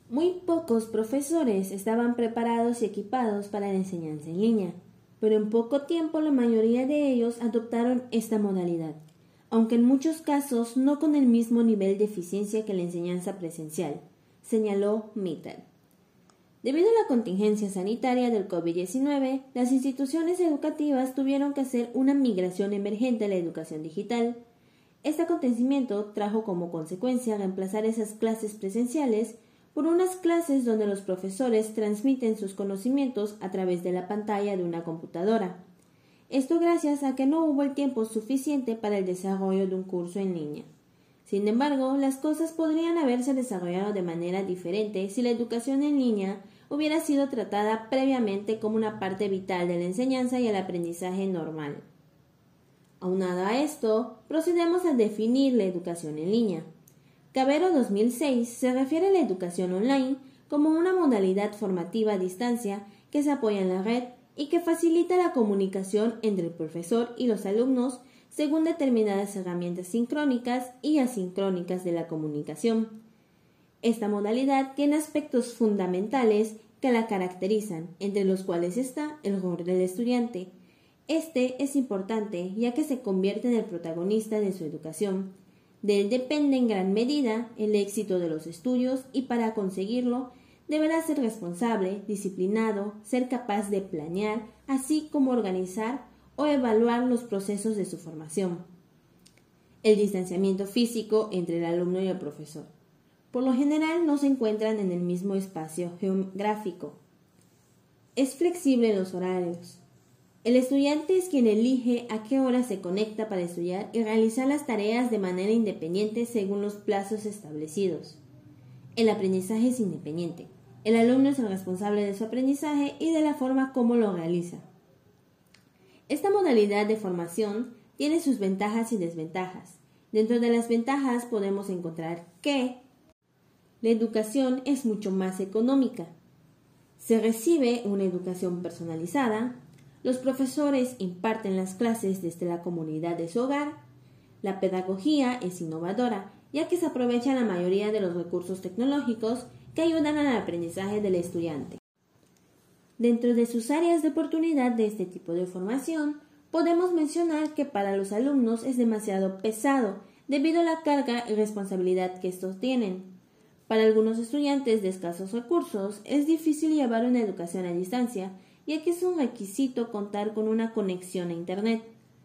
Muy pocos profesores estaban preparados y equipados para la enseñanza en línea, pero en poco tiempo la mayoría de ellos adoptaron esta modalidad, aunque en muchos casos no con el mismo nivel de eficiencia que la enseñanza presencial, señaló Mittal. Debido a la contingencia sanitaria del COVID-19, las instituciones educativas tuvieron que hacer una migración emergente a la educación digital. Este acontecimiento trajo como consecuencia reemplazar esas clases presenciales por unas clases donde los profesores transmiten sus conocimientos a través de la pantalla de una computadora. Esto gracias a que no hubo el tiempo suficiente para el desarrollo de un curso en línea. Sin embargo, las cosas podrían haberse desarrollado de manera diferente si la educación en línea hubiera sido tratada previamente como una parte vital de la enseñanza y el aprendizaje normal. Aunado a esto, procedemos a definir la educación en línea. Cabero 2006 se refiere a la educación online como una modalidad formativa a distancia que se apoya en la red y que facilita la comunicación entre el profesor y los alumnos según determinadas herramientas sincrónicas y asincrónicas de la comunicación. Esta modalidad tiene aspectos fundamentales que la caracterizan, entre los cuales está el rol del estudiante. Este es importante ya que se convierte en el protagonista de su educación. De él depende en gran medida el éxito de los estudios y para conseguirlo deberá ser responsable, disciplinado, ser capaz de planear, así como organizar o evaluar los procesos de su formación. El distanciamiento físico entre el alumno y el profesor. Por lo general no se encuentran en el mismo espacio geográfico. Es flexible en los horarios. El estudiante es quien elige a qué hora se conecta para estudiar y realizar las tareas de manera independiente según los plazos establecidos. El aprendizaje es independiente. El alumno es el responsable de su aprendizaje y de la forma como lo realiza. Esta modalidad de formación tiene sus ventajas y desventajas. Dentro de las ventajas podemos encontrar que la educación es mucho más económica. Se recibe una educación personalizada. Los profesores imparten las clases desde la comunidad de su hogar. La pedagogía es innovadora, ya que se aprovechan la mayoría de los recursos tecnológicos que ayudan al aprendizaje del estudiante. Dentro de sus áreas de oportunidad de este tipo de formación, podemos mencionar que para los alumnos es demasiado pesado debido a la carga y responsabilidad que estos tienen. Para algunos estudiantes de escasos recursos es difícil llevar una educación a distancia, ya que es un requisito contar con una conexión a Internet.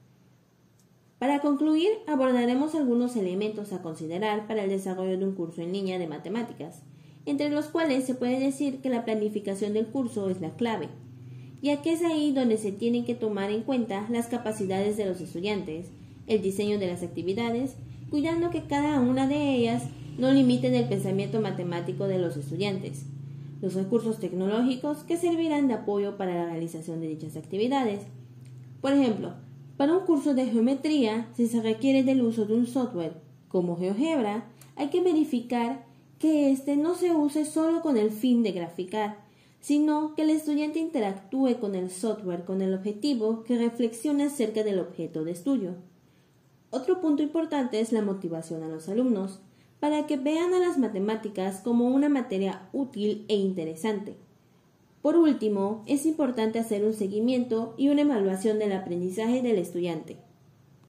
Para concluir, abordaremos algunos elementos a considerar para el desarrollo de un curso en línea de matemáticas, entre los cuales se puede decir que la planificación del curso es la clave, ya que es ahí donde se tienen que tomar en cuenta las capacidades de los estudiantes, el diseño de las actividades, cuidando que cada una de ellas no limiten el pensamiento matemático de los estudiantes, los recursos tecnológicos que servirán de apoyo para la realización de dichas actividades. Por ejemplo, para un curso de geometría, si se requiere del uso de un software como GeoGebra, hay que verificar que éste no se use solo con el fin de graficar, sino que el estudiante interactúe con el software con el objetivo que reflexione acerca del objeto de estudio. Otro punto importante es la motivación a los alumnos, para que vean a las matemáticas como una materia útil e interesante. Por último, es importante hacer un seguimiento y una evaluación del aprendizaje del estudiante.